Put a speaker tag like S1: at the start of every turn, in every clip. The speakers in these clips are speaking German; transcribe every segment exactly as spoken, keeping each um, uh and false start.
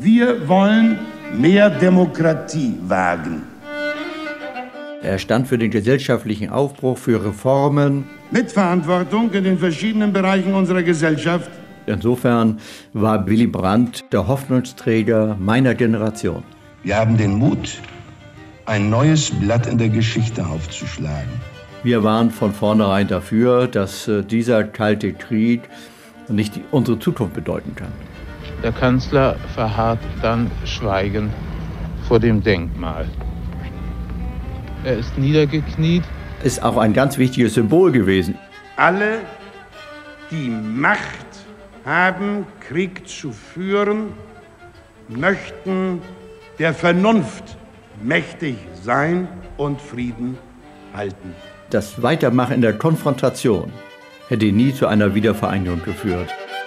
S1: Wir wollen mehr Demokratie wagen.
S2: Er stand für den gesellschaftlichen Aufbruch, für Reformen.
S1: Mitverantwortung in den verschiedenen Bereichen unserer Gesellschaft.
S2: Insofern war Willy Brandt der Hoffnungsträger meiner Generation.
S1: Wir haben den Mut, ein neues Blatt in der Geschichte aufzuschlagen.
S2: Wir waren von vornherein dafür, dass dieser Kalte Krieg nicht unsere Zukunft bedeuten kann.
S3: Der Kanzler verharrt dann schweigend vor dem Denkmal. Er ist niedergekniet.
S2: Ist auch ein ganz wichtiges Symbol gewesen.
S1: Alle, die Macht haben, Krieg zu führen, möchten der Vernunft mächtig sein und Frieden halten.
S2: Das Weitermachen in der Konfrontation hätte nie zu einer Wiedervereinigung geführt.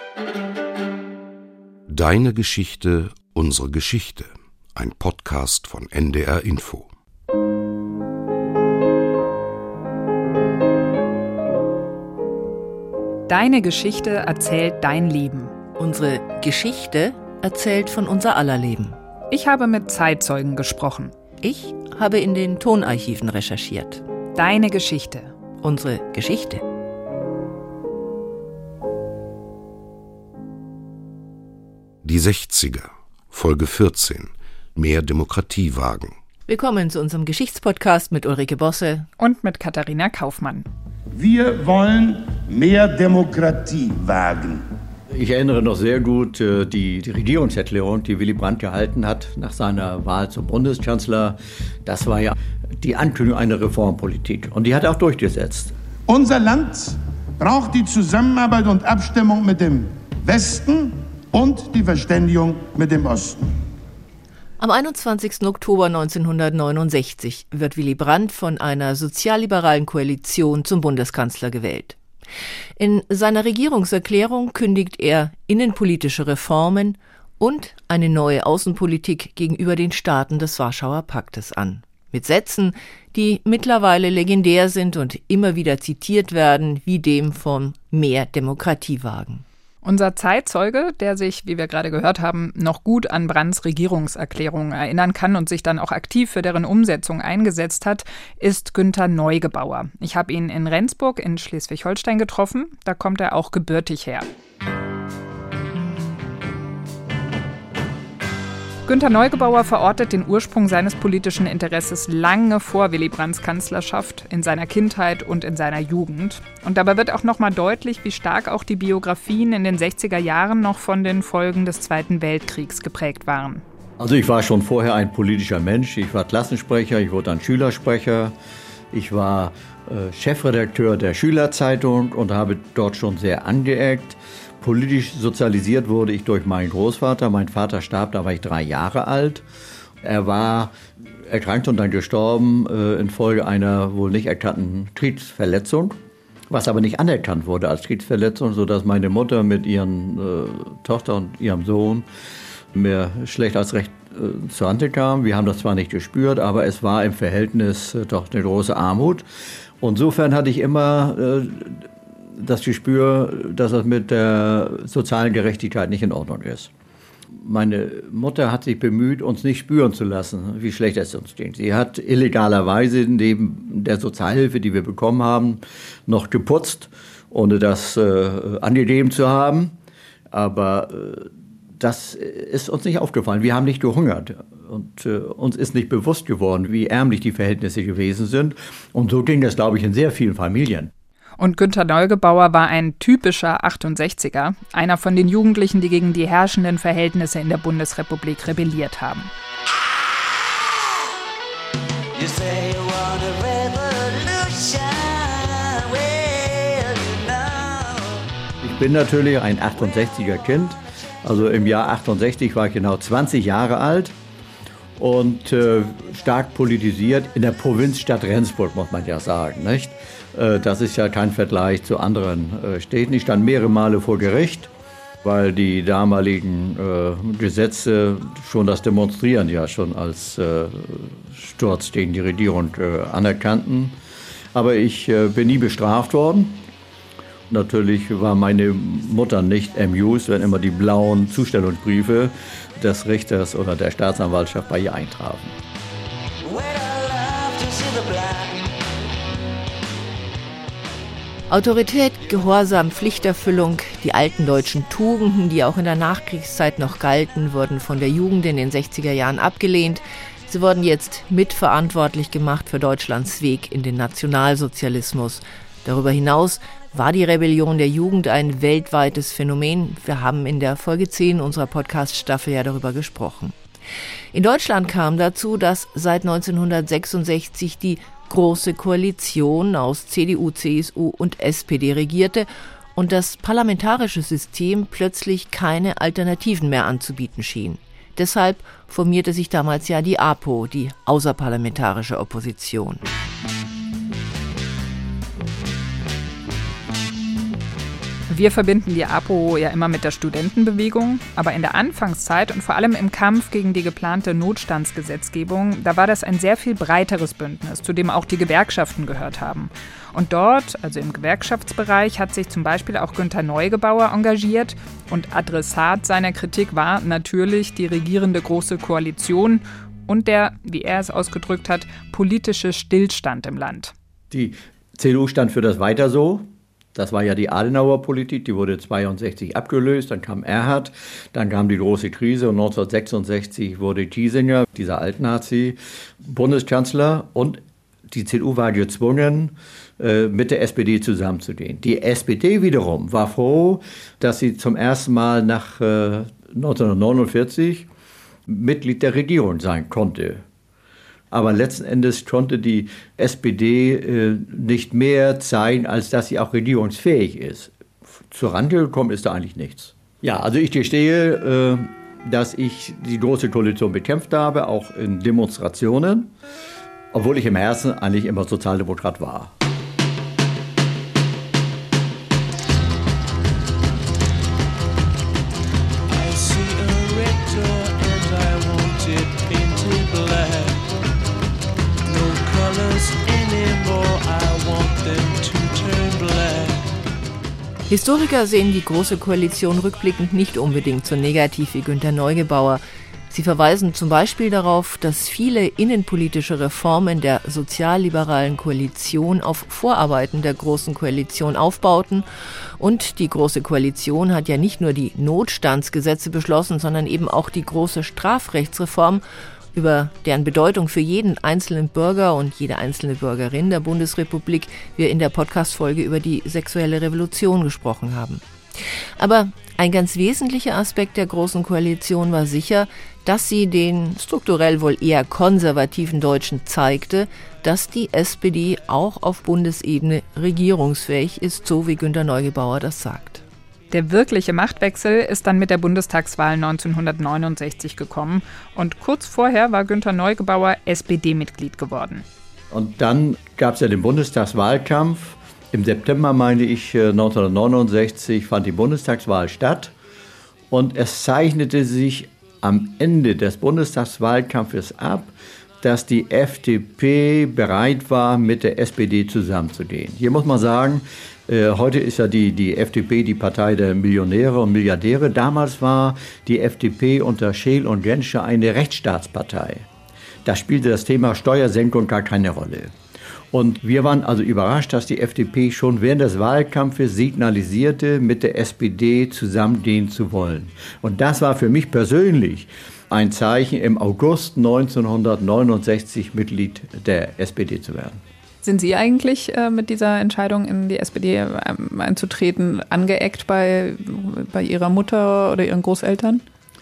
S4: Deine Geschichte, unsere Geschichte. Ein Podcast von N D R Info.
S5: Deine Geschichte erzählt dein Leben.
S6: Unsere Geschichte erzählt von unser aller Leben.
S5: Ich habe mit Zeitzeugen gesprochen.
S6: Ich habe in den Tonarchiven recherchiert.
S5: Deine Geschichte.
S6: Unsere Geschichte.
S4: Die sechziger, Folge vierzehn. Mehr Demokratie wagen.
S6: Willkommen zu unserem Geschichtspodcast mit Ulrike Bosse
S5: und mit Katharina Kaufmann.
S1: Wir wollen mehr Demokratie wagen.
S2: Ich erinnere noch sehr gut die, die Regierungserklärung, die Willy Brandt gehalten hat nach seiner Wahl zum Bundeskanzler. Das war ja die Ankündigung einer Reformpolitik und die hat er auch durchgesetzt.
S1: Unser Land braucht die Zusammenarbeit und Abstimmung mit dem Westen und die Verständigung mit dem Osten.
S6: Am einundzwanzigsten Oktober neunzehnhundertneunundsechzig wird Willy Brandt von einer sozialliberalen Koalition zum Bundeskanzler gewählt. In seiner Regierungserklärung kündigt er innenpolitische Reformen und eine neue Außenpolitik gegenüber den Staaten des Warschauer Paktes an. Mit Sätzen, die mittlerweile legendär sind und immer wieder zitiert werden, wie dem vom Mehr Demokratie wagen.
S5: Unser Zeitzeuge, der sich, wie wir gerade gehört haben, noch gut an Brandts Regierungserklärungen erinnern kann und sich dann auch aktiv für deren Umsetzung eingesetzt hat, ist Günter Neugebauer. Ich habe ihn in Rendsburg in Schleswig-Holstein getroffen. Da kommt er auch gebürtig her. Günter Neugebauer verortet den Ursprung seines politischen Interesses lange vor Willy Brandts Kanzlerschaft, in seiner Kindheit und in seiner Jugend. Und dabei wird auch nochmal deutlich, wie stark auch die Biografien in den sechziger Jahren noch von den Folgen des Zweiten Weltkriegs geprägt waren.
S2: Also ich war schon vorher ein politischer Mensch. Ich war Klassensprecher, ich wurde dann Schülersprecher. Ich war äh, Chefredakteur der Schülerzeitung und habe dort schon sehr angeeckt. Politisch sozialisiert wurde ich durch meinen Großvater. Mein Vater starb, da war ich drei Jahre alt. Er war erkrankt und dann gestorben äh, infolge einer wohl nicht erkannten Kriegsverletzung, was aber nicht anerkannt wurde als Kriegsverletzung, sodass meine Mutter mit ihren äh, Tochter und ihrem Sohn mir schlecht als recht äh, zur Hand kam. Wir haben das zwar nicht gespürt, aber es war im Verhältnis äh, doch eine große Armut. Insofern hatte ich immer äh, das Gespür, dass das mit der sozialen Gerechtigkeit nicht in Ordnung ist. Meine Mutter hat sich bemüht, uns nicht spüren zu lassen, wie schlecht es uns ging. Sie hat illegalerweise neben der Sozialhilfe, die wir bekommen haben, noch geputzt, ohne das äh, angegeben zu haben. Aber äh, das ist uns nicht aufgefallen. Wir haben nicht gehungert. Und äh, uns ist nicht bewusst geworden, wie ärmlich die Verhältnisse gewesen sind. Und so ging das, glaube ich, in sehr vielen Familien.
S5: Und Günter Neugebauer war ein typischer achtundsechziger, einer von den Jugendlichen, die gegen die herrschenden Verhältnisse in der Bundesrepublik rebelliert haben.
S2: Ich bin natürlich ein achtundsechziger Kind. Also im Jahr achtundsechzig war ich genau zwanzig Jahre alt und äh, stark politisiert in der Provinzstadt Rendsburg, muss man ja sagen, nicht? Das ist ja kein Vergleich zu anderen Städten. Ich stand mehrere Male vor Gericht, weil die damaligen äh, Gesetze schon das Demonstrieren ja schon als äh, Sturz gegen die Regierung äh, anerkannten. Aber ich äh, bin nie bestraft worden. Natürlich war meine Mutter nicht amused, wenn immer die blauen Zustellungsbriefe des Richters oder der Staatsanwaltschaft bei ihr eintrafen.
S6: Autorität, Gehorsam, Pflichterfüllung, die alten deutschen Tugenden, die auch in der Nachkriegszeit noch galten, wurden von der Jugend in den sechziger Jahren abgelehnt. Sie wurden jetzt mitverantwortlich gemacht für Deutschlands Weg in den Nationalsozialismus. Darüber hinaus war die Rebellion der Jugend ein weltweites Phänomen. Wir haben in der Folge zehn unserer Podcast-Staffel ja darüber gesprochen. In Deutschland kam dazu, dass seit neunzehnhundertsechsundsechzig die Große Koalition aus C D U, C S U und S P D regierte und das parlamentarische System plötzlich keine Alternativen mehr anzubieten schien. Deshalb formierte sich damals ja die APO, die außerparlamentarische Opposition.
S5: Wir verbinden die APO ja immer mit der Studentenbewegung, aber in der Anfangszeit und vor allem im Kampf gegen die geplante Notstandsgesetzgebung, da war das ein sehr viel breiteres Bündnis, zu dem auch die Gewerkschaften gehört haben. Und dort, also im Gewerkschaftsbereich, hat sich zum Beispiel auch Günter Neugebauer engagiert und Adressat seiner Kritik war natürlich die regierende Große Koalition und der, wie er es ausgedrückt hat, politische Stillstand im Land.
S2: Die C D U stand für das Weiter so. Das war ja die Adenauer-Politik, die wurde zweiundsechzig abgelöst, dann kam Erhard, dann kam die große Krise und neunzehnhundertsechsundsechzig wurde Kiesinger, dieser Altnazi, Bundeskanzler und die C D U war gezwungen, mit der S P D zusammenzugehen. Die S P D wiederum war froh, dass sie zum ersten Mal nach neunzehnhundertneunundvierzig Mitglied der Regierung sein konnte. Aber letzten Endes konnte die S P D äh, nicht mehr zeigen, als dass sie auch regierungsfähig ist. Zur Rande gekommen ist da eigentlich nichts. Ja, also ich gestehe, äh, dass ich die Große Koalition bekämpft habe, auch in Demonstrationen, obwohl ich im Herzen eigentlich immer Sozialdemokrat war.
S6: Historiker sehen die Große Koalition rückblickend nicht unbedingt so negativ wie Günter Neugebauer. Sie verweisen zum Beispiel darauf, dass viele innenpolitische Reformen der sozialliberalen Koalition auf Vorarbeiten der Großen Koalition aufbauten. Und die Große Koalition hat ja nicht nur die Notstandsgesetze beschlossen, sondern eben auch die große Strafrechtsreform, über deren Bedeutung für jeden einzelnen Bürger und jede einzelne Bürgerin der Bundesrepublik wir in der Podcast-Folge über die sexuelle Revolution gesprochen haben. Aber ein ganz wesentlicher Aspekt der Großen Koalition war sicher, dass sie den strukturell wohl eher konservativen Deutschen zeigte, dass die S P D auch auf Bundesebene regierungsfähig ist, so wie Günter Neugebauer das sagt.
S5: Der wirkliche Machtwechsel ist dann mit der Bundestagswahl neunzehnhundertneunundsechzig gekommen und kurz vorher war Günter Neugebauer S P D-Mitglied geworden.
S2: Und dann gab es ja den Bundestagswahlkampf. Im September, meine ich, neunzehnhundertneunundsechzig fand die Bundestagswahl statt und es zeichnete sich am Ende des Bundestagswahlkampfes ab, dass die F D P bereit war, mit der S P D zusammenzugehen. Hier muss man sagen, äh, heute ist ja die, die F D P die Partei der Millionäre und Milliardäre. Damals war die F D P unter Scheel und Genscher eine Rechtsstaatspartei. Da spielte das Thema Steuersenkung gar keine Rolle. Und wir waren also überrascht, dass die F D P schon während des Wahlkampfes signalisierte, mit der S P D zusammengehen zu wollen. Und das war für mich persönlich ein Zeichen, im August neunzehnhundertneunundsechzig Mitglied der S P D zu werden.
S5: Sind Sie eigentlich äh, mit dieser Entscheidung, in die S P D ähm, einzutreten, angeeckt bei, bei Ihrer Mutter oder Ihren Großeltern?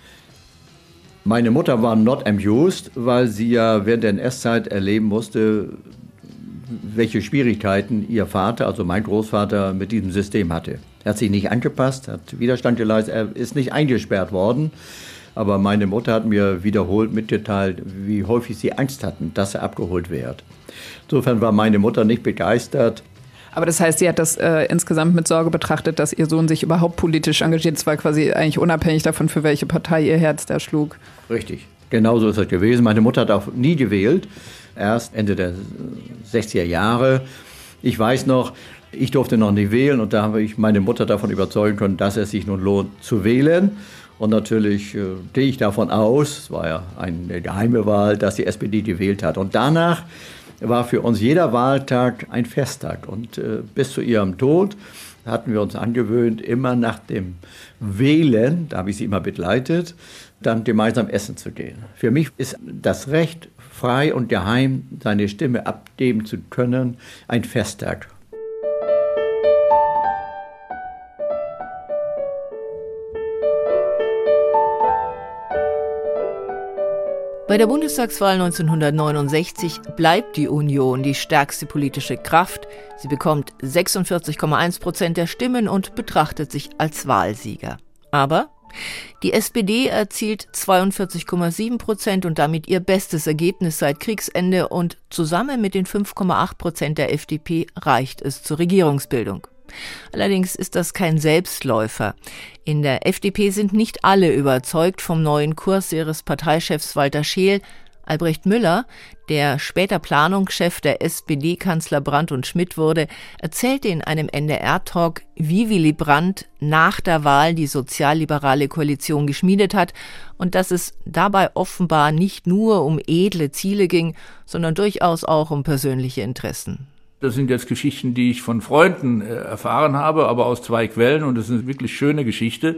S2: Meine Mutter war not amused, weil sie ja während der N S-Zeit erleben musste, welche Schwierigkeiten ihr Vater, also mein Großvater, mit diesem System hatte. Er hat sich nicht angepasst, hat Widerstand geleistet, er ist nicht eingesperrt worden. Aber meine Mutter hat mir wiederholt mitgeteilt, wie häufig sie Angst hatten, dass er abgeholt wird. Insofern war meine Mutter nicht begeistert.
S5: Aber das heißt, sie hat das äh, insgesamt mit Sorge betrachtet, dass ihr Sohn sich überhaupt politisch engagiert. Es war quasi eigentlich unabhängig davon, für welche Partei ihr Herz da schlug.
S2: Richtig, genau so ist das gewesen. Meine Mutter hat auch nie gewählt, erst Ende der sechziger Jahre. Ich weiß noch, Ich durfte noch nicht wählen und da habe ich meine Mutter davon überzeugen können, dass es sich nun lohnt zu wählen. Und natürlich äh, gehe ich davon aus, es war ja eine geheime Wahl, dass die S P D gewählt hat. Und danach war für uns jeder Wahltag ein Festtag. Und äh, bis zu ihrem Tod hatten wir uns angewöhnt, immer nach dem Wählen, da habe ich sie immer begleitet, dann gemeinsam essen zu gehen. Für mich ist das Recht, frei und geheim seine Stimme abgeben zu können, ein Festtag.
S6: Bei der Bundestagswahl neunzehnhundertneunundsechzig bleibt die Union die stärkste politische Kraft. Sie bekommt sechsundvierzig Komma eins Prozent der Stimmen und betrachtet sich als Wahlsieger. Aber die S P D erzielt zweiundvierzig Komma sieben Prozent und damit ihr bestes Ergebnis seit Kriegsende und zusammen mit den fünf Komma acht Prozent der F D P reicht es zur Regierungsbildung. Allerdings ist das kein Selbstläufer. In der F D P sind nicht alle überzeugt vom neuen Kurs ihres Parteichefs Walter Scheel. Albrecht Müller, der später Planungschef der S P D-Kanzler Brandt und Schmidt wurde, erzählte in einem N D R-Talk, wie Willy Brandt nach der Wahl die sozialliberale Koalition geschmiedet hat und dass es dabei offenbar nicht nur um edle Ziele ging, sondern durchaus auch um persönliche Interessen.
S7: Das sind jetzt Geschichten, die ich von Freunden äh, erfahren habe, aber aus zwei Quellen und es ist eine wirklich schöne Geschichte.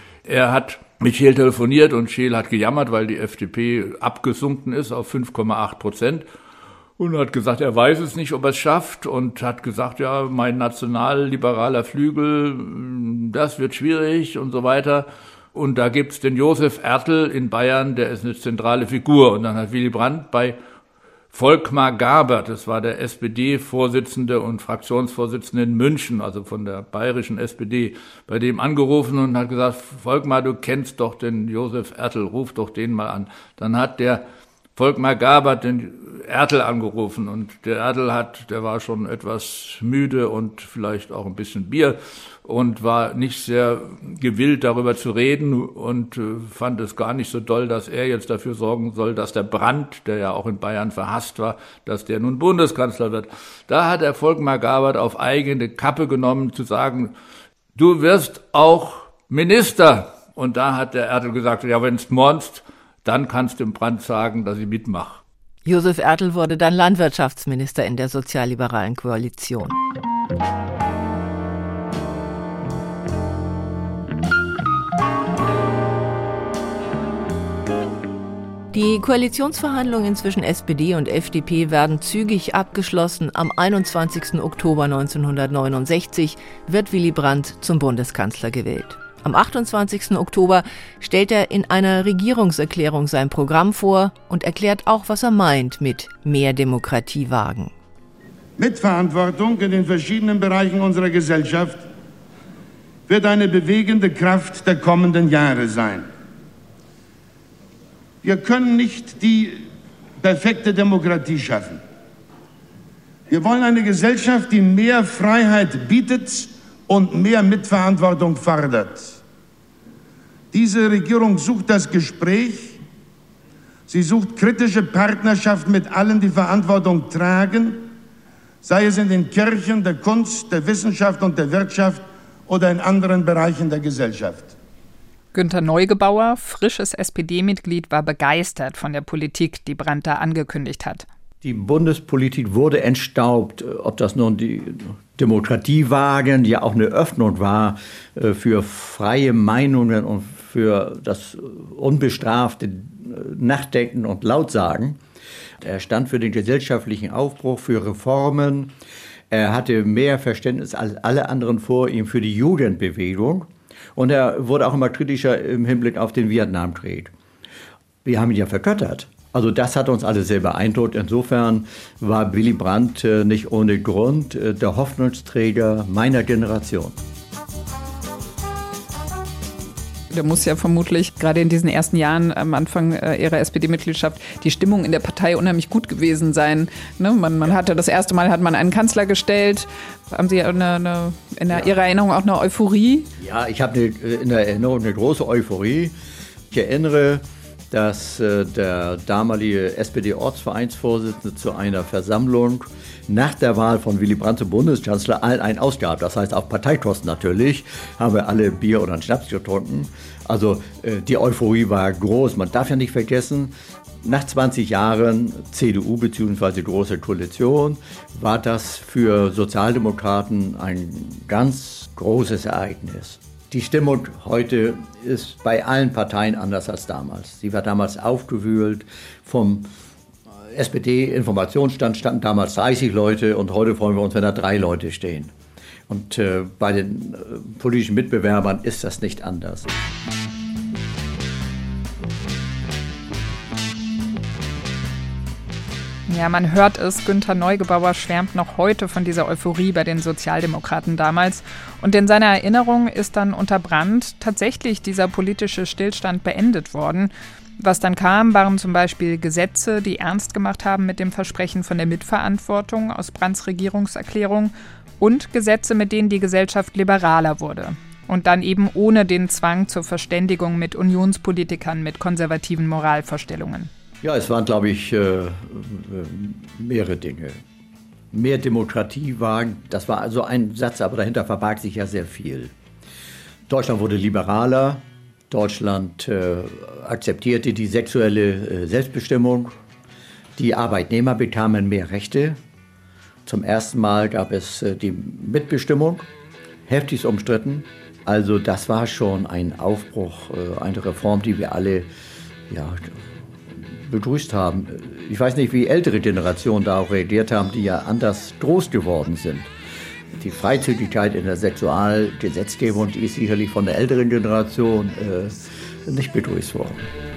S7: Er hat mit Scheel telefoniert und Scheel hat gejammert, weil die F D P abgesunken ist auf fünf Komma acht Prozent und hat gesagt, er weiß es nicht, ob er es schafft und hat gesagt, ja, mein nationalliberaler Flügel, das wird schwierig und so weiter. Und da gibt's den Josef Ertl in Bayern, der ist eine zentrale Figur. Und dann hat Willy Brandt bei Volkmar Gabert, das war der S P D-Vorsitzende und Fraktionsvorsitzende in München, also von der bayerischen S P D, bei dem angerufen und hat gesagt, Volkmar, du kennst doch den Josef Ertl, ruf doch den mal an. Dann hat der Volkmar Gabert den Ertl angerufen und der Ertl hat, der war schon etwas müde und vielleicht auch ein bisschen Bier und war nicht sehr gewillt, darüber zu reden und äh, fand es gar nicht so doll, dass er jetzt dafür sorgen soll, dass der Brandt, der ja auch in Bayern verhasst war, dass der nun Bundeskanzler wird. Da hat der Volkmar Gabert auf eigene Kappe genommen, zu sagen, du wirst auch Minister. Und da hat der Ertl gesagt, ja, wenn's mornst, dann kannst du dem Brandt sagen, dass ich mitmache.
S6: Josef Ertl wurde dann Landwirtschaftsminister in der sozialliberalen Koalition. Die Koalitionsverhandlungen zwischen S P D und F D P werden zügig abgeschlossen. Am einundzwanzigsten Oktober neunzehnhundertneunundsechzig wird Willy Brandt zum Bundeskanzler gewählt. Am achtundzwanzigsten Oktober stellt er in einer Regierungserklärung sein Programm vor und erklärt auch, was er meint mit mehr Demokratie wagen.
S1: Mitverantwortung in den verschiedenen Bereichen unserer Gesellschaft wird eine bewegende Kraft der kommenden Jahre sein. Wir können nicht die perfekte Demokratie schaffen. Wir wollen eine Gesellschaft, die mehr Freiheit bietet und mehr Mitverantwortung fordert. Diese Regierung sucht das Gespräch. Sie sucht kritische Partnerschaft mit allen, die Verantwortung tragen, sei es in den Kirchen, der Kunst, der Wissenschaft und der Wirtschaft oder in anderen Bereichen der Gesellschaft.
S5: Günter Neugebauer, frisches S P D-Mitglied, war begeistert von der Politik, die Brandt da angekündigt hat.
S2: Die Bundespolitik wurde entstaubt, ob das nun die Demokratie wagen, die ja auch eine Öffnung war für freie Meinungen und für das unbestrafte Nachdenken und Lautsagen. Er stand für den gesellschaftlichen Aufbruch, für Reformen. Er hatte mehr Verständnis als alle anderen vor ihm für die Jugendbewegung. Und er wurde auch immer kritischer im Hinblick auf den Vietnamkrieg. Wir haben ihn ja vergöttert. Also das hat uns alle sehr beeindruckt. Insofern war Willy Brandt nicht ohne Grund der Hoffnungsträger meiner Generation.
S5: Da muss ja vermutlich gerade in diesen ersten Jahren am Anfang ihrer S P D-Mitgliedschaft die Stimmung in der Partei unheimlich gut gewesen sein. Ne? Man, man hatte das erste Mal hat man einen Kanzler gestellt. Haben Sie eine, eine, in der, ja. Ihrer Erinnerung auch eine Euphorie?
S2: Ja, ich habe in der Erinnerung eine große Euphorie. Ich erinnere, dass äh, der damalige S P D-Ortsvereinsvorsitzende zu einer Versammlung nach der Wahl von Willy Brandt zum Bundeskanzler allen einen ausgab. Das heißt, auf Parteikosten natürlich, haben wir alle Bier oder einen Schnaps getrunken. Also äh, die Euphorie war groß. Man darf ja nicht vergessen, nach zwanzig Jahren C D U bzw. Große Koalition war das für Sozialdemokraten ein ganz großes Ereignis. Die Stimmung heute ist bei allen Parteien anders als damals. Sie war damals aufgewühlt. Vom S P D-Informationsstand standen damals dreißig Leute und heute freuen wir uns, wenn da drei Leute stehen. Und äh, bei den äh, politischen Mitbewerbern ist das nicht anders.
S5: Ja, man hört es, Günter Neugebauer schwärmt noch heute von dieser Euphorie bei den Sozialdemokraten damals. Und in seiner Erinnerung ist dann unter Brandt tatsächlich dieser politische Stillstand beendet worden. Was dann kam, waren zum Beispiel Gesetze, die ernst gemacht haben mit dem Versprechen von der Mitverantwortung aus Brandts Regierungserklärung und Gesetze, mit denen die Gesellschaft liberaler wurde. Und dann eben ohne den Zwang zur Verständigung mit Unionspolitikern mit konservativen Moralvorstellungen.
S2: Ja, es waren, glaube ich, äh, mehrere Dinge. Mehr Demokratie war, das war also ein Satz, aber dahinter verbarg sich ja sehr viel. Deutschland wurde liberaler, Deutschland äh, akzeptierte die sexuelle äh, Selbstbestimmung, die Arbeitnehmer bekamen mehr Rechte. Zum ersten Mal gab es äh, die Mitbestimmung, heftig umstritten. Also das war schon ein Aufbruch, äh, eine Reform, die wir alle ja, begrüßt haben. Ich weiß nicht, wie ältere Generationen da auch reagiert haben, die ja anders groß geworden sind. Die Freizügigkeit in der Sexualgesetzgebung, die ist sicherlich von der älteren Generation äh, nicht begrüßt worden.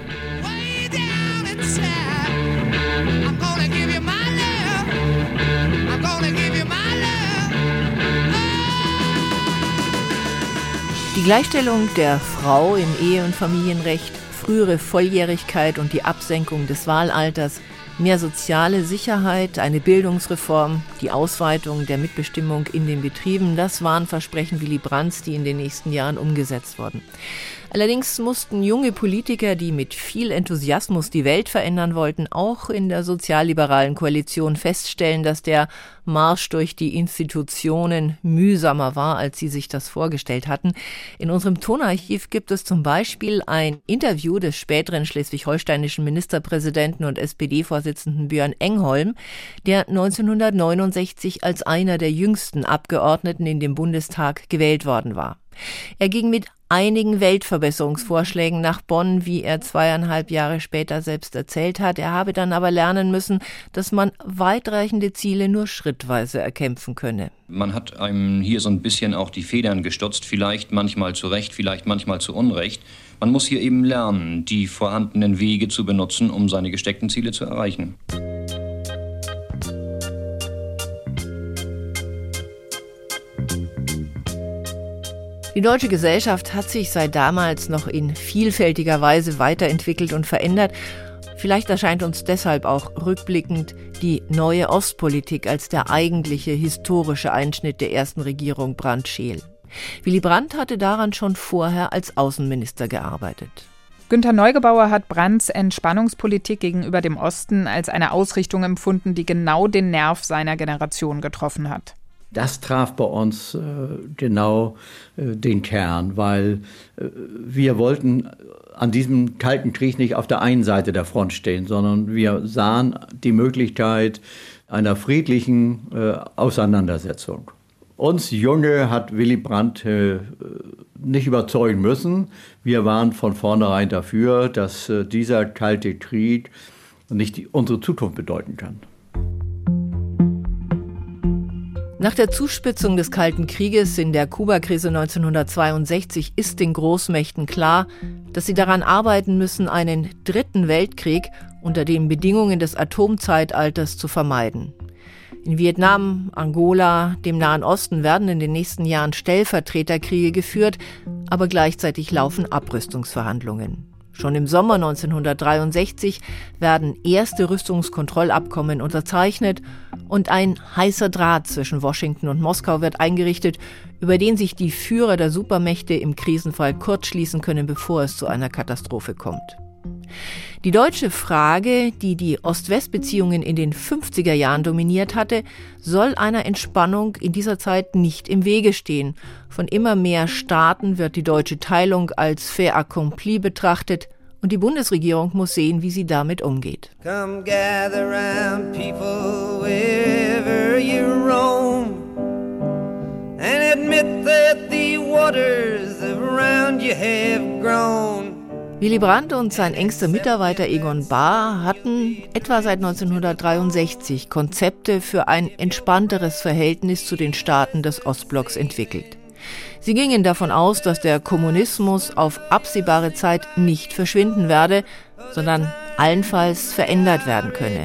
S6: Die Gleichstellung der Frau im Ehe- und Familienrecht, frühere Volljährigkeit und die Absenkung des Wahlalters, mehr soziale Sicherheit, eine Bildungsreform, die Ausweitung der Mitbestimmung in den Betrieben, das waren Versprechen Willy Brandts, die in den nächsten Jahren umgesetzt wurden. Allerdings mussten junge Politiker, die mit viel Enthusiasmus die Welt verändern wollten, auch in der sozialliberalen Koalition feststellen, dass der Marsch durch die Institutionen mühsamer war, als sie sich das vorgestellt hatten. In unserem Tonarchiv gibt es zum Beispiel ein Interview des späteren schleswig-holsteinischen Ministerpräsidenten und S P D-Vorsitzenden Björn Engholm, der neunzehnhundertneunundsechzig als einer der jüngsten Abgeordneten in den Bundestag gewählt worden war. Er ging mit einigen Weltverbesserungsvorschlägen nach Bonn, wie er zweieinhalb Jahre später selbst erzählt hat. Er habe dann aber lernen müssen, dass man weitreichende Ziele nur schrittweise erkämpfen könne.
S8: Man hat einem hier so ein bisschen auch die Federn gestutzt, vielleicht manchmal zu Recht, vielleicht manchmal zu Unrecht. Man muss hier eben lernen, die vorhandenen Wege zu benutzen, um seine gesteckten Ziele zu erreichen.
S6: Die deutsche Gesellschaft hat sich seit damals noch in vielfältiger Weise weiterentwickelt und verändert. Vielleicht erscheint uns deshalb auch rückblickend die neue Ostpolitik als der eigentliche historische Einschnitt der ersten Regierung Brandt-Scheel. Willy Brandt hatte daran schon vorher als Außenminister gearbeitet.
S5: Günter Neugebauer hat Brandts Entspannungspolitik gegenüber dem Osten als eine Ausrichtung empfunden, die genau den Nerv seiner Generation getroffen hat.
S2: Das traf bei uns äh, genau äh, den Kern, weil äh, wir wollten an diesem Kalten Krieg nicht auf der einen Seite der Front stehen, sondern wir sahen die Möglichkeit einer friedlichen äh, Auseinandersetzung. Uns Junge hat Willy Brandt äh, nicht überzeugen müssen. Wir waren von vornherein dafür, dass äh, dieser Kalte Krieg nicht die, unsere Zukunft bedeuten kann.
S6: Nach der Zuspitzung des Kalten Krieges in der Kubakrise neunzehnhundertzweiundsechzig ist den Großmächten klar, dass sie daran arbeiten müssen, einen dritten Weltkrieg unter den Bedingungen des Atomzeitalters zu vermeiden. In Vietnam, Angola, dem Nahen Osten werden in den nächsten Jahren Stellvertreterkriege geführt, aber gleichzeitig laufen Abrüstungsverhandlungen. Schon im Sommer neunzehnhundertdreiundsechzig werden erste Rüstungskontrollabkommen unterzeichnet und ein heißer Draht zwischen Washington und Moskau wird eingerichtet, über den sich die Führer der Supermächte im Krisenfall kurzschließen können, bevor es zu einer Katastrophe kommt. Die deutsche Frage, die die Ost-West-Beziehungen in den fünfziger Jahren dominiert hatte, soll einer Entspannung in dieser Zeit nicht im Wege stehen. Von immer mehr Staaten wird die deutsche Teilung als fait accompli betrachtet und die Bundesregierung muss sehen, wie sie damit umgeht.
S9: Come gather round people wherever you roam and admit that the waters around you have grown.
S6: Willy Brandt und sein engster Mitarbeiter Egon Bahr hatten etwa seit neunzehnhundertdreiundsechzig Konzepte für ein entspannteres Verhältnis zu den Staaten des Ostblocks entwickelt. Sie gingen davon aus, dass der Kommunismus auf absehbare Zeit nicht verschwinden werde, sondern allenfalls verändert werden könne.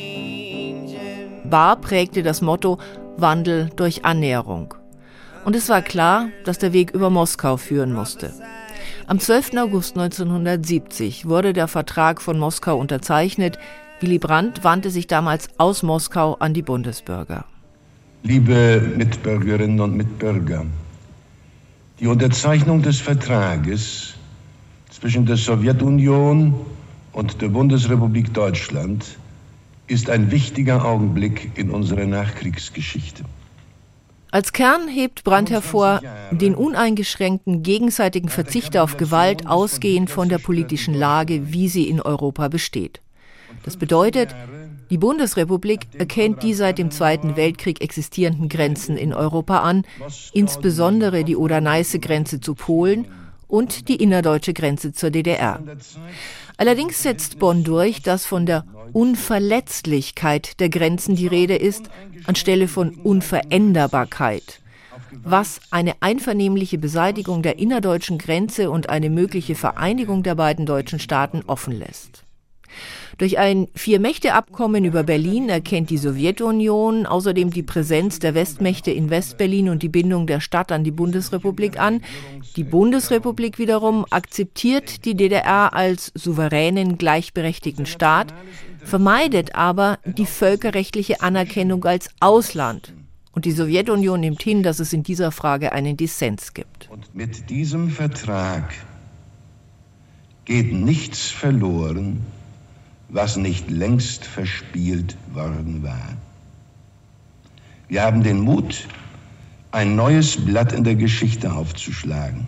S6: Bahr prägte das Motto Wandel durch Annäherung. Und es war klar, dass der Weg über Moskau führen musste. Am zwölften August neunzehnhundertsiebzig wurde der Vertrag von Moskau unterzeichnet. Willy Brandt wandte sich damals aus Moskau an die Bundesbürger.
S1: Liebe Mitbürgerinnen und Mitbürger, die Unterzeichnung des Vertrages zwischen der Sowjetunion und der Bundesrepublik Deutschland ist ein wichtiger Augenblick in unserer Nachkriegsgeschichte.
S6: Als Kern hebt Brandt hervor, den uneingeschränkten gegenseitigen Verzicht auf Gewalt ausgehend von der politischen Lage, wie sie in Europa besteht. Das bedeutet, die Bundesrepublik erkennt die seit dem Zweiten Weltkrieg existierenden Grenzen in Europa an, insbesondere die Oder-Neiße-Grenze zu Polen und die innerdeutsche Grenze zur D D R. Allerdings setzt Bonn durch, dass von der Unverletzlichkeit der Grenzen die Rede ist, anstelle von Unveränderbarkeit, was eine einvernehmliche Beseitigung der innerdeutschen Grenze und eine mögliche Vereinigung der beiden deutschen Staaten offen lässt. Durch ein Vier-Mächte-Abkommen über Berlin erkennt die Sowjetunion außerdem die Präsenz der Westmächte in Westberlin und die Bindung der Stadt an die Bundesrepublik an. Die Bundesrepublik wiederum akzeptiert die D D R als souveränen, gleichberechtigten Staat, vermeidet aber die völkerrechtliche Anerkennung als Ausland. Und die Sowjetunion nimmt hin, dass es in dieser Frage einen Dissens gibt.
S1: Und mit diesem Vertrag geht nichts verloren, was nicht längst verspielt worden war. Wir haben den Mut, ein neues Blatt in der Geschichte aufzuschlagen.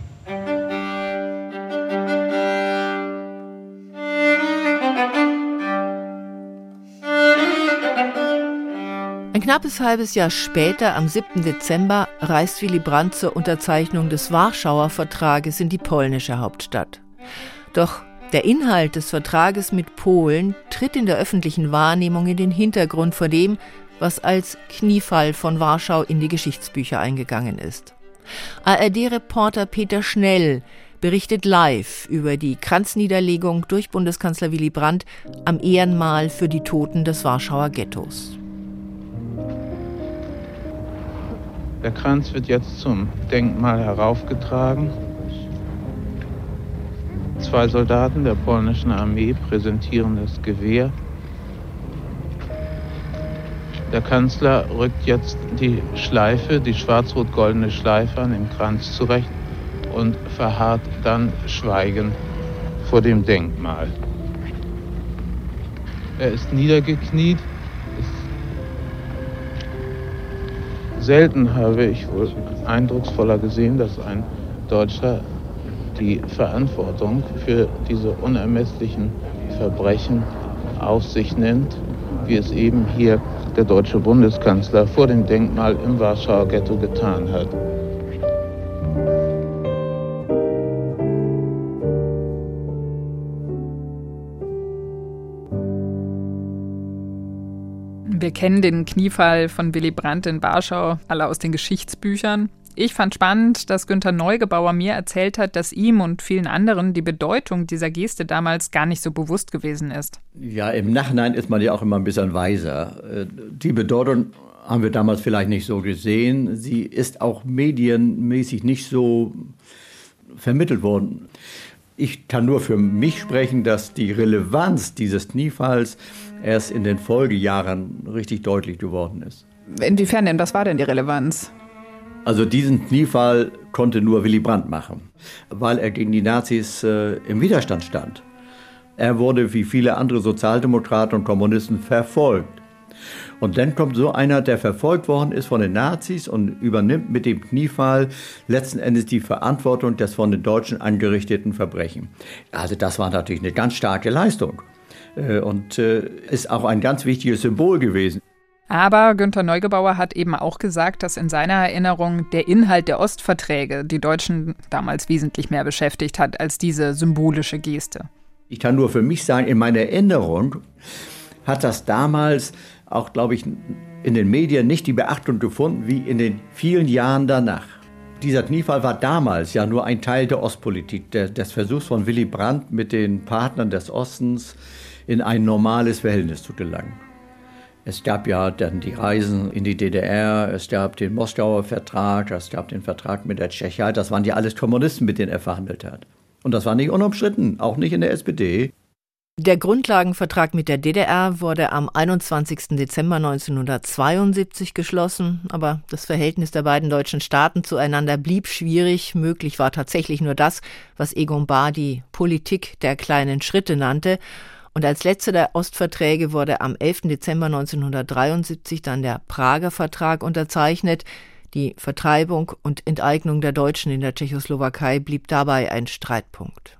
S6: Ein knappes halbes Jahr später, am siebten Dezember, reist Willy Brandt zur Unterzeichnung des Warschauer Vertrages in die polnische Hauptstadt. Doch der Inhalt des Vertrages mit Polen tritt in der öffentlichen Wahrnehmung in den Hintergrund vor dem, was als Kniefall von Warschau in die Geschichtsbücher eingegangen ist. A R D-Reporter Peter Schnell berichtet live über die Kranzniederlegung durch Bundeskanzler Willy Brandt am Ehrenmal für die Toten des Warschauer Ghettos.
S3: Der Kranz wird jetzt zum Denkmal heraufgetragen. Zwei Soldaten der polnischen Armee präsentieren das Gewehr. Der Kanzler rückt jetzt die Schleife, die schwarz-rot-goldene Schleife an dem Kranz zurecht und verharrt dann schweigend vor dem Denkmal. Er ist niedergekniet. Selten habe ich wohl eindrucksvoller gesehen, dass ein Deutscher die Verantwortung für diese unermesslichen Verbrechen auf sich nimmt, wie es eben hier der deutsche Bundeskanzler vor dem Denkmal im Warschauer Ghetto getan hat.
S5: Wir kennen den Kniefall von Willy Brandt in Warschau alle aus den Geschichtsbüchern. Ich fand spannend, dass Günter Neugebauer mir erzählt hat, dass ihm und vielen anderen die Bedeutung dieser Geste damals gar nicht so bewusst gewesen ist.
S2: Ja, im Nachhinein ist man ja auch immer ein bisschen weiser. Die Bedeutung haben wir damals vielleicht nicht so gesehen. Sie ist auch medienmäßig nicht so vermittelt worden. Ich kann nur für mich sprechen, dass die Relevanz dieses Kniefalls erst in den Folgejahren richtig deutlich geworden ist.
S5: Inwiefern denn? Was war denn die Relevanz?
S2: Also diesen Kniefall konnte nur Willy Brandt machen, weil er gegen die Nazis äh, im Widerstand stand. Er wurde wie viele andere Sozialdemokraten und Kommunisten verfolgt. Und dann kommt so einer, der verfolgt worden ist von den Nazis und übernimmt mit dem Kniefall letzten Endes die Verantwortung des von den Deutschen angerichteten Verbrechen. Also das war natürlich eine ganz starke Leistung und ist auch ein ganz wichtiges Symbol gewesen.
S5: Aber Günter Neugebauer hat eben auch gesagt, dass in seiner Erinnerung der Inhalt der Ostverträge die Deutschen damals wesentlich mehr beschäftigt hat als diese symbolische Geste.
S2: Ich kann nur für mich sagen, in meiner Erinnerung hat das damals auch, glaube ich, in den Medien nicht die Beachtung gefunden wie in den vielen Jahren danach. Dieser Kniefall war damals ja nur ein Teil der Ostpolitik, der, des Versuchs von Willy Brandt mit den Partnern des Ostens in ein normales Verhältnis zu gelangen. Es gab ja dann die Reisen in die D D R, es gab den Moskauer Vertrag, es gab den Vertrag mit der Tschechei, das waren ja alles Kommunisten, mit denen er verhandelt hat. Und das war nicht unumstritten, auch nicht in der S P D.
S6: Der Grundlagenvertrag mit der D D R wurde am einundzwanzigsten Dezember neunzehnhundertzweiundsiebzig geschlossen, aber das Verhältnis der beiden deutschen Staaten zueinander blieb schwierig. Möglich war tatsächlich nur das, was Egon Bahr die Politik der kleinen Schritte nannte. Und als letzter der Ostverträge wurde am elften Dezember neunzehnhundertdreiundsiebzig dann der Prager Vertrag unterzeichnet. Die Vertreibung und Enteignung der Deutschen in der Tschechoslowakei blieb dabei ein Streitpunkt.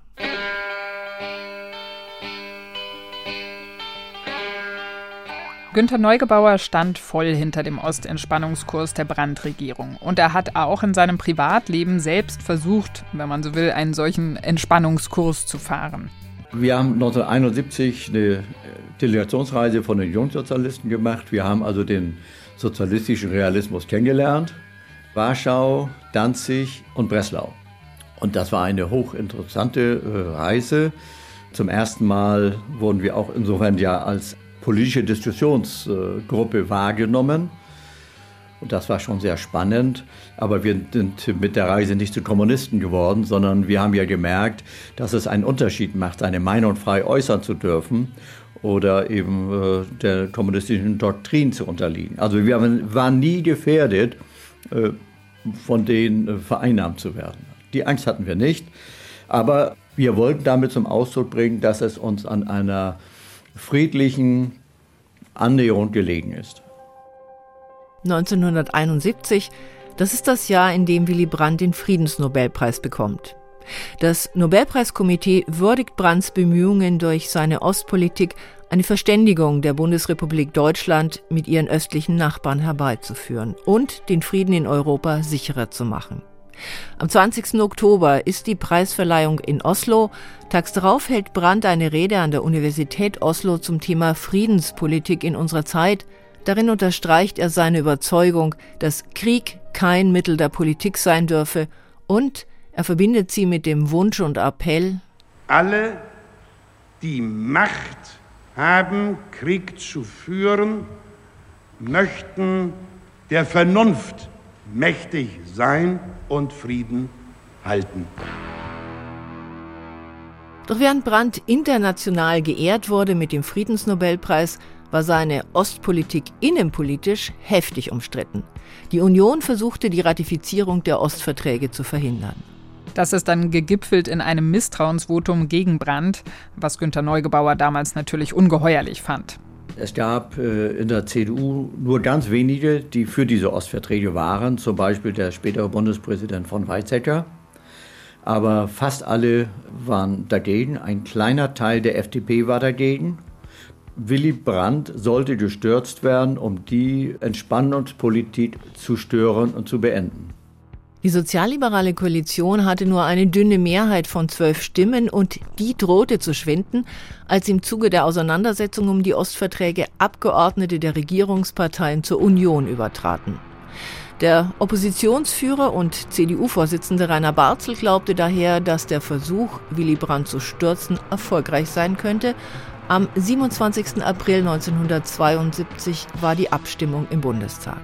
S5: Günter Neugebauer stand voll hinter dem Ostentspannungskurs der Brandt-Regierung. Und er hat auch in seinem Privatleben selbst versucht, wenn man so will, einen solchen Entspannungskurs zu fahren.
S2: Wir haben neunzehnhunderteinundsiebzig eine Delegationsreise von den Jungsozialisten gemacht. Wir haben also den sozialistischen Realismus kennengelernt. Warschau, Danzig und Breslau. Und das war eine hochinteressante äh, Reise. Zum ersten Mal wurden wir auch insofern ja als politische Diskussionsgruppe wahrgenommen. Und das war schon sehr spannend. Aber wir sind mit der Reise nicht zu Kommunisten geworden, sondern wir haben ja gemerkt, dass es einen Unterschied macht, seine Meinung frei äußern zu dürfen oder eben äh, der kommunistischen Doktrin zu unterliegen. Also wir waren nie gefährdet, äh, von denen äh, vereinnahmt zu werden. Die Angst hatten wir nicht. Aber wir wollten damit zum Ausdruck bringen, dass es uns an einer friedlichen Annäherung gelegen ist.
S6: neunzehnhunderteinundsiebzig, das ist das Jahr, in dem Willy Brandt den Friedensnobelpreis bekommt. Das Nobelpreiskomitee würdigt Brandts Bemühungen, durch seine Ostpolitik eine Verständigung der Bundesrepublik Deutschland mit ihren östlichen Nachbarn herbeizuführen und den Frieden in Europa sicherer zu machen. Am zwanzigsten Oktober ist die Preisverleihung in Oslo. Tags darauf hält Brandt eine Rede an der Universität Oslo zum Thema Friedenspolitik in unserer Zeit. Darin unterstreicht er seine Überzeugung, dass Krieg kein Mittel der Politik sein dürfe, und er verbindet sie mit dem Wunsch und Appell:
S1: Alle, die Macht haben, Krieg zu führen, möchten der Vernunft mächtig sein und Frieden halten.
S6: Doch während Brandt international geehrt wurde mit dem Friedensnobelpreis, war seine Ostpolitik innenpolitisch heftig umstritten. Die Union versuchte, die Ratifizierung der Ostverträge zu verhindern.
S5: Das ist dann gegipfelt in einem Misstrauensvotum gegen Brandt, was Günter Neugebauer damals natürlich ungeheuerlich fand.
S2: Es gab äh, in der C D U nur ganz wenige, die für diese Ostverträge waren, zum Beispiel der spätere Bundespräsident von Weizsäcker. Aber fast alle waren dagegen. Ein kleiner Teil der F D P war dagegen. Willy Brandt sollte gestürzt werden, um die Entspannungspolitik zu stören und zu beenden.
S6: Die sozialliberale Koalition hatte nur eine dünne Mehrheit von zwölf Stimmen, und die drohte zu schwinden, als im Zuge der Auseinandersetzung um die Ostverträge Abgeordnete der Regierungsparteien zur Union übertraten. Der Oppositionsführer und C D U-Vorsitzende Rainer Barzel glaubte daher, dass der Versuch, Willy Brandt zu stürzen, erfolgreich sein könnte. Am siebenundzwanzigsten April neunzehnhundertzweiundsiebzig war die Abstimmung im Bundestag.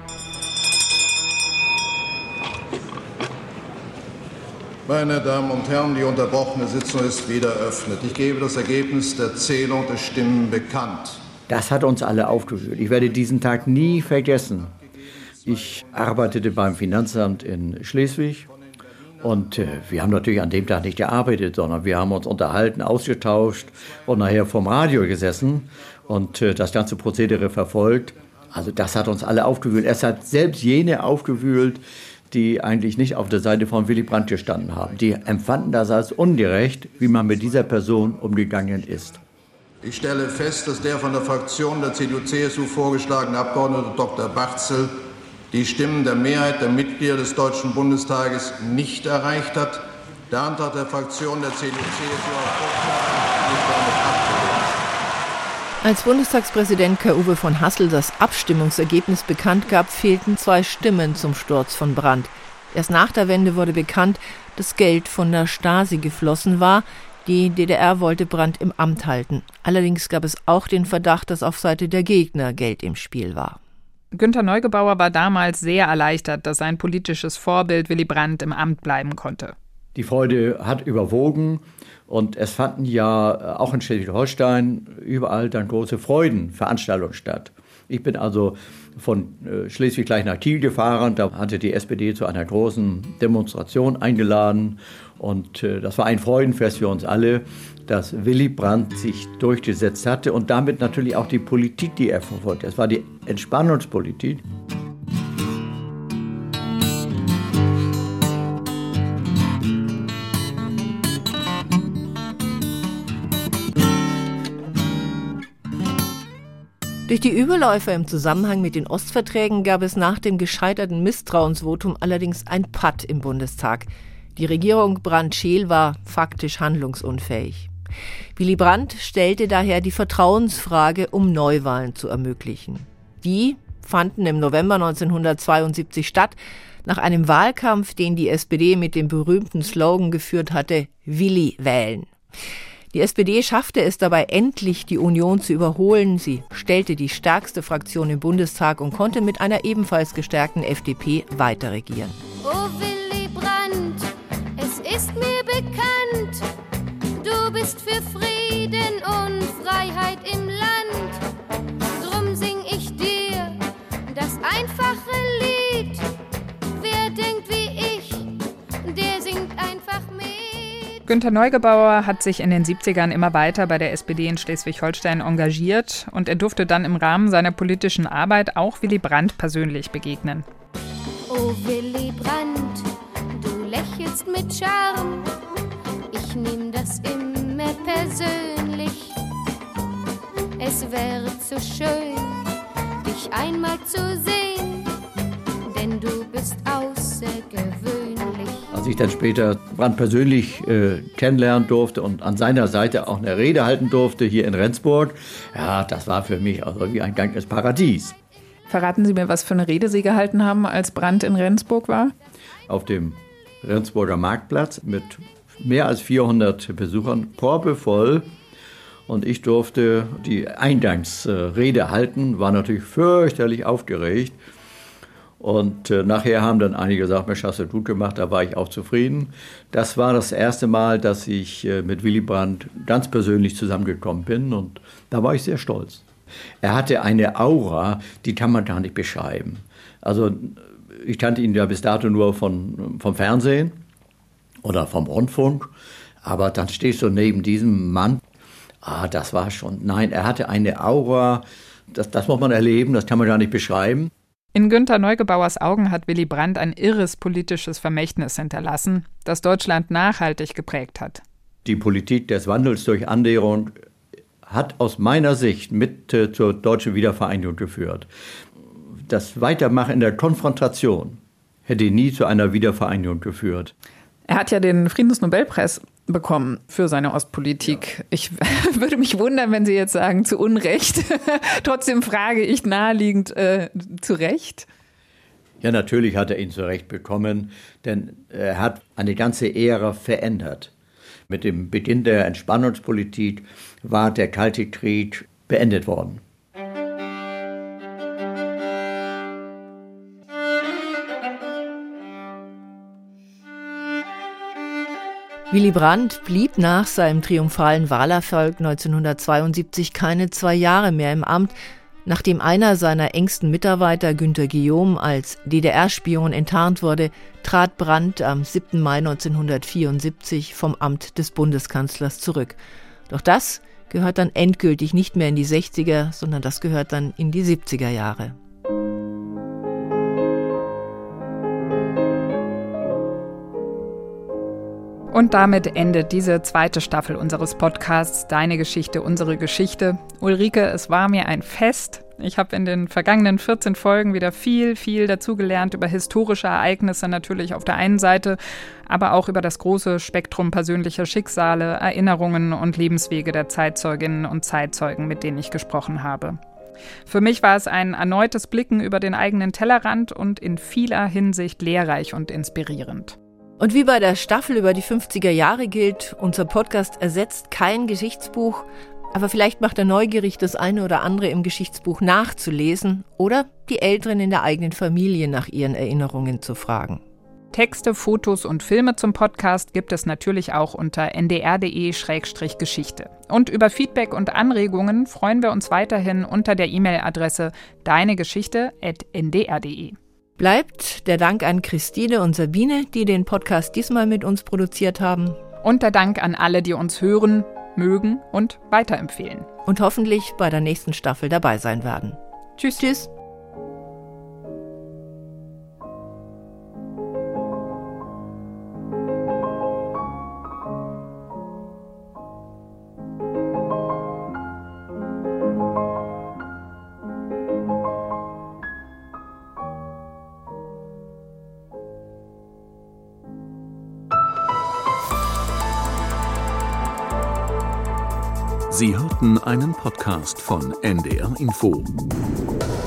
S10: Meine Damen und Herren, die unterbrochene Sitzung ist wieder eröffnet. Ich gebe das Ergebnis der Zählung der Stimmen bekannt.
S2: Das hat uns alle aufgewühlt. Ich werde diesen Tag nie vergessen. Ich arbeitete beim Finanzamt in Schleswig Und äh, wir haben natürlich an dem Tag nicht gearbeitet, sondern wir haben uns unterhalten, ausgetauscht und nachher vom Radio gesessen und äh, das ganze Prozedere verfolgt. Also das hat uns alle aufgewühlt. Es hat selbst jene aufgewühlt, die eigentlich nicht auf der Seite von Willy Brandt gestanden haben. Die empfanden das als ungerecht, wie man mit dieser Person umgegangen ist.
S10: Ich stelle fest, dass der von der Fraktion der C D U C S U vorgeschlagene Abgeordnete Doktor Barzel die Stimmen der Mehrheit der Mitglieder des Deutschen Bundestages nicht erreicht hat. Der Antrag der Fraktion der C D U C S U auf Vorschlag ist damit abgelehnt.
S6: Als Bundestagspräsident Kai-Uwe von Hassel das Abstimmungsergebnis bekannt gab, fehlten zwei Stimmen zum Sturz von Brandt. Erst nach der Wende wurde bekannt, dass Geld von der Stasi geflossen war. Die D D R wollte Brandt im Amt halten. Allerdings gab es auch den Verdacht, dass auf Seite der Gegner Geld im Spiel war.
S5: Günter Neugebauer war damals sehr erleichtert, dass sein politisches Vorbild Willy Brandt im Amt bleiben konnte.
S2: Die Freude hat überwogen und es fanden ja auch in Schleswig-Holstein überall dann große Freudenveranstaltungen statt. Ich bin also von Schleswig gleich nach Kiel gefahren, da hatte die S P D zu einer großen Demonstration eingeladen und das war ein Freudenfest für uns alle, dass Willy Brandt sich durchgesetzt hatte und damit natürlich auch die Politik, die er verfolgte. Es war die Entspannungspolitik.
S6: Durch die Überläufer im Zusammenhang mit den Ostverträgen gab es nach dem gescheiterten Misstrauensvotum allerdings ein Patt im Bundestag. Die Regierung Brandt-Scheel war faktisch handlungsunfähig. Willy Brandt stellte daher die Vertrauensfrage, um Neuwahlen zu ermöglichen. Die fanden im November neunzehnhundertzweiundsiebzig statt, nach einem Wahlkampf, den die S P D mit dem berühmten Slogan geführt hatte: Willy wählen. Die S P D schaffte es dabei endlich, die Union zu überholen. Sie stellte die stärkste Fraktion im Bundestag und konnte mit einer ebenfalls gestärkten F D P weiter regieren.
S11: Oh Willy Brandt, es ist mir bekannt, du bist für Frieden und Freiheit im Land. Drum sing ich dir das einfache Lied. Wer denkt wie ich, der singt einfach mit.
S5: Günter Neugebauer hat sich in den siebzigern immer weiter bei der S P D in Schleswig-Holstein engagiert und er durfte dann im Rahmen seiner politischen Arbeit auch Willy Brandt persönlich begegnen.
S11: Oh Willy Brandt, du lächelst mit Charme, ich nehm das immer persönlich. Es wäre zu schön, dich einmal zu sehen, denn du bist außergewöhnlich.
S2: Als ich dann später Brandt persönlich äh, kennenlernen durfte und an seiner Seite auch eine Rede halten durfte hier in Rendsburg, ja, das war für mich also wie ein Gang ins Paradies.
S5: Verraten Sie mir, was für eine Rede Sie gehalten haben, als Brandt in Rendsburg war?
S2: Auf dem Rendsburger Marktplatz mit mehr als vierhundert Besuchern, proppevoll. Und ich durfte die Eingangsrede halten, war natürlich fürchterlich aufgeregt. Und äh, nachher haben dann einige gesagt, Mensch, hast du gut gemacht, da war ich auch zufrieden. Das war das erste Mal, dass ich äh, mit Willy Brandt ganz persönlich zusammengekommen bin und da war ich sehr stolz. Er hatte eine Aura, die kann man gar nicht beschreiben. Also ich kannte ihn ja bis dato nur von, vom Fernsehen oder vom Rundfunk, aber dann stehst du neben diesem Mann, ah, das war schon, nein, er hatte eine Aura, das, das muss man erleben, das kann man gar nicht beschreiben.
S5: In Günter Neugebauers Augen hat Willy Brandt ein irres politisches Vermächtnis hinterlassen, das Deutschland nachhaltig geprägt hat.
S2: Die Politik des Wandels durch Annäherung hat aus meiner Sicht mit äh, zur deutschen Wiedervereinigung geführt. Das Weitermachen in der Konfrontation hätte nie zu einer Wiedervereinigung geführt.
S5: Er hat ja den Friedensnobelpreis bekommen für seine Ostpolitik. Ja. Ich würde mich wundern, wenn Sie jetzt sagen, zu Unrecht. Trotzdem frage ich naheliegend, äh, zu Recht?
S2: Ja, natürlich hat er ihn zu Recht bekommen, denn er hat eine ganze Ära verändert. Mit dem Beginn der Entspannungspolitik war der Kalte Krieg beendet worden.
S6: Willy Brandt blieb nach seinem triumphalen Wahlerfolg neunzehnhundertzweiundsiebzig keine zwei Jahre mehr im Amt. Nachdem einer seiner engsten Mitarbeiter, Günter Guillaume, als D D R-Spion enttarnt wurde, trat Brandt am siebten Mai neunzehnhundertvierundsiebzig vom Amt des Bundeskanzlers zurück. Doch das gehört dann endgültig nicht mehr in die sechziger, sondern das gehört dann in die siebziger Jahre.
S5: Und damit endet diese zweite Staffel unseres Podcasts Deine Geschichte, unsere Geschichte. Ulrike, es war mir ein Fest. Ich habe in den vergangenen vierzehn Folgen wieder viel, viel dazugelernt über historische Ereignisse natürlich auf der einen Seite, aber auch über das große Spektrum persönlicher Schicksale, Erinnerungen und Lebenswege der Zeitzeuginnen und Zeitzeugen, mit denen ich gesprochen habe. Für mich war es ein erneutes Blicken über den eigenen Tellerrand und in vieler Hinsicht lehrreich und inspirierend.
S6: Und wie bei der Staffel über die fünfziger Jahre gilt, unser Podcast ersetzt kein Geschichtsbuch, aber vielleicht macht er neugierig, das eine oder andere im Geschichtsbuch nachzulesen oder die Älteren in der eigenen Familie nach ihren Erinnerungen zu fragen.
S5: Texte, Fotos und Filme zum Podcast gibt es natürlich auch unter n d r punkt d e Schrägstrich Geschichte. Und über Feedback und Anregungen freuen wir uns weiterhin unter der E-Mail-Adresse deinegeschichte at n d r punkt d e.
S6: Bleibt der Dank an Christine und Sabine, die den Podcast diesmal mit uns produziert haben.
S5: Und der Dank an alle, die uns hören, mögen und weiterempfehlen.
S6: Und hoffentlich bei der nächsten Staffel dabei sein werden.
S5: Tschüss.
S6: Tschüss.
S12: Sie hörten einen Podcast von N D R Info.